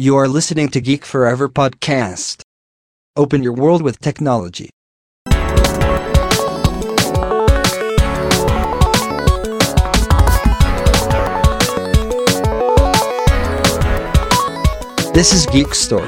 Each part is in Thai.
You are listening to Geek Forever podcast. Open your world with technology. This is Geek Story.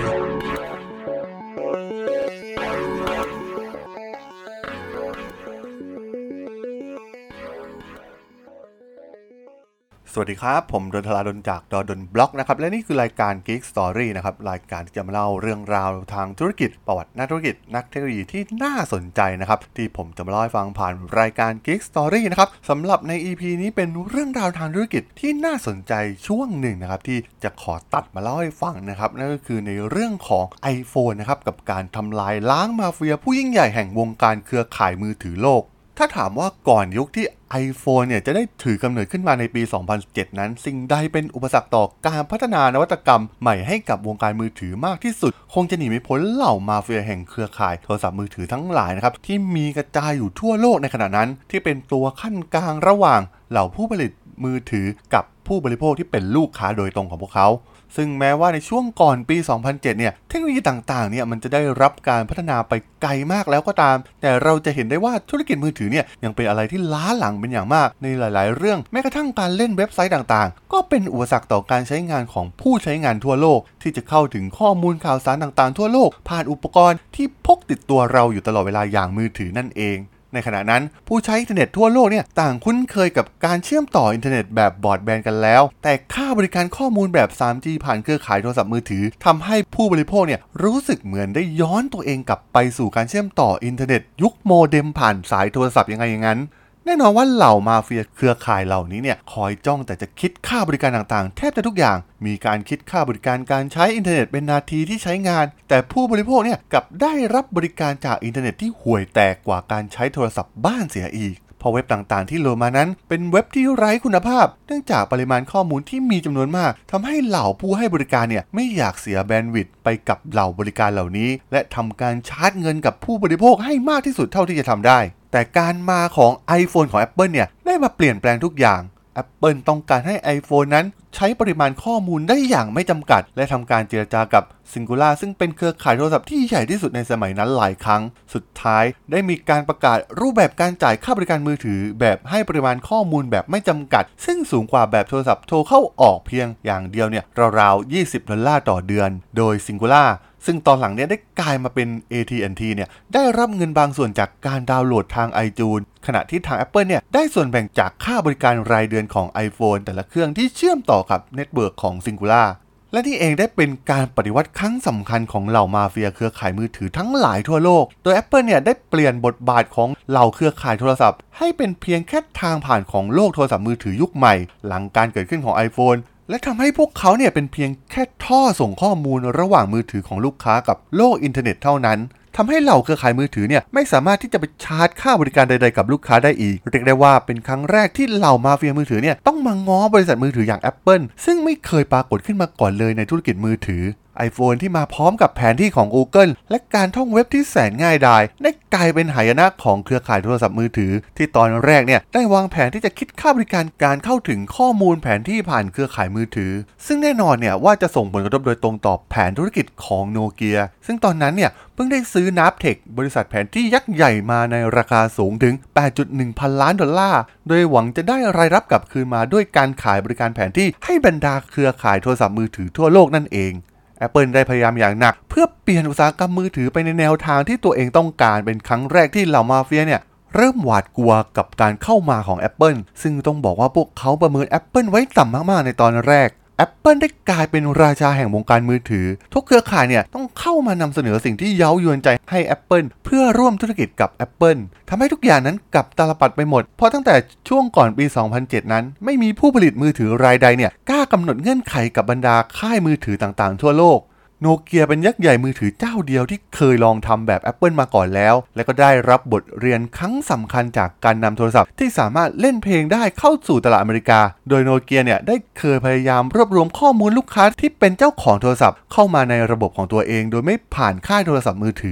สวัสดีครับผมดนทราดนจากดนบล็อกนะครับและนี่คือรายการ Geek Story นะครับรายการที่จะมาเล่าเรื่องราวทางธุรกิจประวัตินักธุรกิจนักเทคโนโลยีที่น่าสนใจนะครับที่ผมจะมาเล่าให้ฟังผ่านรายการ Geek Story นะครับสำหรับใน EP นี้เป็นเรื่องราวทางธุรกิจที่น่าสนใจช่วงหนึ่งนะครับที่จะขอตัดมาเล่าให้ฟังนะครับนั่นก็คือในเรื่องของ iPhone นะครับกับการทำลายล้างมาเฟียผู้ยิ่งใหญ่แห่งวงการเครือข่ายมือถือโลกถ้าถามว่าก่อนยุคที่ iPhone เนี่ยจะได้ถือกำเนิดขึ้นมาในปี 2007 นั้นสิ่งใดเป็นอุปสรรคต่อการพัฒนานวัตกรรมใหม่ให้กับวงการมือถือมากที่สุดคงจะหนีไม่พ้นเหล่ามาเฟียแห่งเครือข่ายโทรศัพท์มือถือทั้งหลายนะครับที่มีกระจายอยู่ทั่วโลกในขณะนั้นที่เป็นตัวขั้นกลางระหว่างเหล่าผู้ผลิตมือถือกับผู้บริโภคที่เป็นลูกค้าโดยตรงของพวกเขาซึ่งแม้ว่าในช่วงก่อนปี 2007 เนี่ยเทคโนโลยีต่างๆเนี่ยมันจะได้รับการพัฒนาไปไกลมากแล้วก็ตามแต่เราจะเห็นได้ว่าธุรกิจมือถือเนี่ยยังเป็นอะไรที่ล้าหลังเป็นอย่างมากในหลายๆเรื่องแม้กระทั่งการเล่นเว็บไซต์ต่างๆก็เป็นอุปสรรคต่อการใช้งานของผู้ใช้งานทั่วโลกที่จะเข้าถึงข้อมูลข่าวสารต่างๆทั่วโลกผ่านอุปกรณ์ที่พกติดตัวเราอยู่ตลอดเวลาอย่างมือถือนั่นเองในขณะนั้นผู้ใช้อินเทอร์เน็ตทั่วโลกเนี่ยต่างคุ้นเคยกับการเชื่อมต่ออินเทอร์เน็ตแบบบรอดแบนด์กันแล้วแต่ค่าบริการข้อมูลแบบ 3G ผ่านเครือข่ายโทรศัพท์มือถือทำให้ผู้บริโภคเนี่ยรู้สึกเหมือนได้ย้อนตัวเองกลับไปสู่การเชื่อมต่ออินเทอร์เน็ตยุคโมเด็มผ่านสายโทรศัพท์ยังไงอย่างนั้นแน่นอนว่าเหล่ามาเฟียเครือข่ายเหล่านี้เนี่ยคอยจ้องแต่จะคิดค่าบริการต่างๆแทบจะทุกอย่างมีการคิดค่าบริการการใช้อินเทอร์เน็ตเป็นนาทีที่ใช้งานแต่ผู้บริโภคเนี่ยกลับได้รับบริการจากอินเทอร์เน็ตที่ห่วยแตกกว่าการใช้โทรศัพท์บ้านเสียอีกเพราะเว็บต่างๆที่โหลดมานั้นเป็นเว็บที่ไร้คุณภาพเนื่องจากปริมาณข้อมูลที่มีจำนวนมากทำให้เหล่าผู้ให้บริการเนี่ยไม่อยากเสียแบนด์วิดต์ไปกับเหล่าบริการเหล่านี้และทำการชาร์จเงินกับผู้บริโภคให้มากที่สุดเท่าที่จะทำได้แต่การมาของ iPhone ของ Apple เนี่ยได้มาเปลี่ยนแปลงทุกอย่าง Apple ต้องการให้ iPhone นั้นใช้ปริมาณข้อมูลได้อย่างไม่จำกัดและทำการเจรจากับ Singular ซึ่งเป็นเครือข่ายโทรศัพท์ที่ใหญ่ที่สุดในสมัยนั้นหลายครั้งสุดท้ายได้มีการประกาศรูปแบบการจ่ายค่าบริการมือถือแบบให้ปริมาณข้อมูลแบบไม่จำกัดซึ่งสูงกว่าแบบโทรศัพท์โทรเข้าออกเพียงอย่างเดียวเนี่ยราวๆ$20ต่อเดือนโดย Singularซึ่งตอนหลังเนี่ยได้กลายมาเป็น AT&T เนี่ยได้รับเงินบางส่วนจากการดาวน์โหลดทาง iTunes ขณะที่ทาง Apple เนี่ยได้ส่วนแบ่งจากค่าบริการรายเดือนของ iPhone แต่ละเครื่องที่เชื่อมต่อกับเน็ตเวิร์กของ Singular และนี่เองได้เป็นการปฏิวัติครั้งสำคัญของเหล่ามาเฟียเครือข่ายมือถือทั้งหลายทั่วโลกโดย Apple เนี่ยได้เปลี่ยนบทบาทของเหล่าเครือข่ายโทรศัพท์ให้เป็นเพียงแค่ทางผ่านของโลกโทรศัพท์มือถือยุคใหม่หลังการเกิดขึ้นของ iPhoneและทำให้พวกเขาเนี่ยเป็นเพียงแค่ท่อส่งข้อมูลระหว่างมือถือของลูกค้ากับโลกอินเทอร์เน็ตเท่านั้นทำให้เหล่าเครือข่ายมือถือเนี่ยไม่สามารถที่จะไปชาร์จค่าบริการใดๆกับลูกค้าได้อีกเรียกได้ว่าเป็นครั้งแรกที่เหล่ามาเฟียมือถือเนี่ยต้องมาง้อบริษัทมือถืออย่าง Apple ซึ่งไม่เคยปรากฏขึ้นมาก่อนเลยในธุรกิจมือถือ iPhone ที่มาพร้อมกับแผนที่ของ Google และการท่องเว็บที่แสนง่ายดายได้กลายเป็นหายนะของเครือข่ายโทรศัพท์มือถือที่ตอนแรกเนี่ยได้วางแผนที่จะคิดค่าบริการการเข้าถึงข้อมูลแผนที่ผ่านเครือข่ายมือถือซึ่งแน่นอนเนี่ยว่าจะส่งผลกระทบโดยตรงต่อแผนธุรกิจของโนเกียซึ่งตอนนั้นเนี่ยเพิ่งได้ซื้อ Naptech บริษัทแผนที่ยักษ์ใหญ่มาในราคาสูงถึง $8.1 พันล้านโดยหวังจะได้รายรับกลับคืนมาด้วยการขายบริการแผนที่ให้บรรดาเครือข่ายโทรศัพท์มือถือทั่วโลกนั่นเองApple ได้พยายามอย่างหนักเพื่อเปลี่ยนอุตสาหกรรมมือถือไปในแนวทางที่ตัวเองต้องการเป็นครั้งแรกที่เหล่ามาเฟียเนี่ยเริ่มหวาดกลัวกับการเข้ามาของ Apple ซึ่งต้องบอกว่าพวกเขาประเมิน Apple ไว้ต่ำมากๆในตอนแรก Apple ได้กลายเป็นราชาแห่งวงการมือถือทุกเครือข่ายเนี่ยต้องเข้ามานำเสนอสิ่งที่เย้ายวนใจให้ Apple เพื่อร่วมธุรกิจกับ Apple ทำให้ทุกอย่างนั้นกลับตาลปัดไปหมดเพราะตั้งแต่ช่วงก่อนปี 2007 นั้นไม่มีผู้ผลิตมือถือรายใดเนี่ยกล้ากำหนดเงื่อนไขกับบรรดาค่ายมือถือต่างๆทั่วโลกโนเกียเป็นยักษ์ใหญ่มือถือเจ้าเดียวที่เคยลองทำแบบ Apple มาก่อนแล้วและก็ได้รับบทเรียนครั้งสำคัญจากการนำโทรศัพท์ที่สามารถเล่นเพลงได้เข้าสู่ตลาดอเมริกาโดยโนเกียเนี่ยได้เคยพยายามรวบรวมข้อมูลลูกค้าที่เป็นเจ้าของโทรศัพท์เข้ามาในระบบของตัวเองโดยไม่ผ่านค่ายโทรศัพท์มือถือ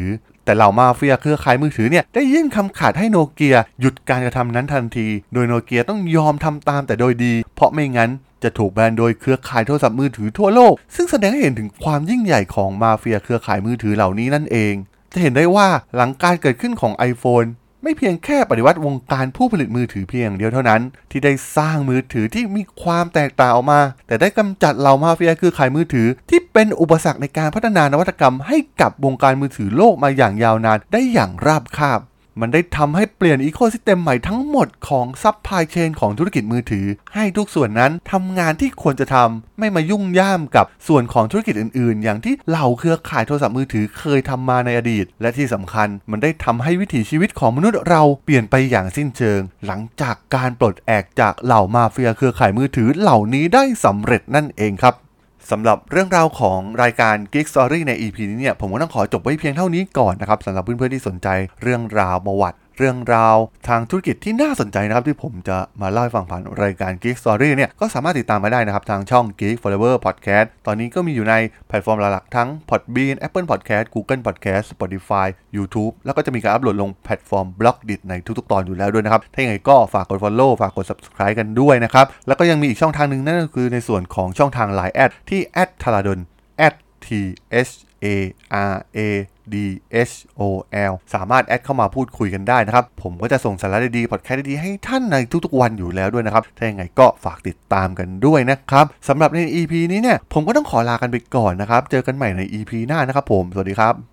แต่เหล่ามาเฟียเครือข่ายมือถือเนี่ยได้ยื่นคำขาดให้โนเกียหยุดการกระทำนั้นทันทีโดยโนเกียต้องยอมทำตามแต่โดยดีเพราะไม่งั้นจะถูกแบนโดยเครือข่ายโทรศัพท์มือถือทั่วโลกซึ่งแสดงให้เห็นถึงความยิ่งใหญ่ของมาเฟียเครือข่ายมือถือเหล่านี้นั่นเองจะเห็นได้ว่าหลังการเกิดขึ้นของ iPhone ไม่เพียงแค่ปฏิวัติวงการผู้ผลิตมือถือเพียงเดียวเท่านั้นที่ได้สร้างมือถือที่มีความแตกต่างออกมาแต่ได้กำจัดเหล่ามาเฟียเครือข่ายมือถือที่เป็นอุปสรรคในการพัฒนานวัตกรรมให้กับวงการมือถือโลกมาอย่างยาวนานได้อย่างราบคาบมันได้ทำให้เปลี่ยนอีโคซิสเต็มใหม่ทั้งหมดของซัพพลายเชนของธุรกิจมือถือให้ทุกส่วนนั้นทำงานที่ควรจะทำไม่มายุ่งย่ามกับส่วนของธุรกิจอื่นๆอย่างที่เหล่าเครือข่ายโทรศัพท์มือถือเคยทำมาในอดีตและที่สำคัญมันได้ทำให้วิถีชีวิตของมนุษย์เราเปลี่ยนไปอย่างสิ้นเชิงหลังจากการปลดแอกจากเหล่ามาเฟียเครือข่ายมือถือเหล่านี้ได้สำเร็จนั่นเองครับสำหรับเรื่องราวของรายการ Geek Story ใน EP นี้เนี่ยผมก็ต้องขอจบไว้เพียงเท่านี้ก่อนนะครับสำหรับเพื่อนๆที่สนใจเรื่องราวประวัติเรื่องราวทางธุรกิจที่น่าสนใจนะครับที่ผมจะมาเล่าให้ฟังผ่านรายการ Geek Story เนี่ยก็สามารถติดตามมาได้นะครับทางช่อง Geek Forever Podcast ตอนนี้ก็มีอยู่ในแพลตฟอร์มหลักๆทั้ง Podbean Apple Podcast Google Podcast Spotify YouTube แล้วก็จะมีการอัปโหลดลงแพลตฟอร์ม Blogdit ในทุกๆตอนอยู่แล้วด้วยนะครับถ้าอย่างไรก็ฝากกด Follow ฝากกด Subscribe กันด้วยนะครับแล้วก็ยังมีอีกช่องทางนึงนั่นก็คือในส่วนของช่องทาง Line แอดที่ @thradol @THARADHOL สามารถแอดเข้ามาพูดคุยกันได้นะครับผมก็จะส่งสาระดีๆพอดแคสต์ดีๆให้ท่านในทุกๆวันอยู่แล้วด้วยนะครับถ้าอย่างไรก็ฝากติดตามกันด้วยนะครับสำหรับใน EP นี้เนี่ยผมก็ต้องขอลากันไปก่อนนะครับเจอกันใหม่ใน EP หน้านะครับผมสวัสดีครับ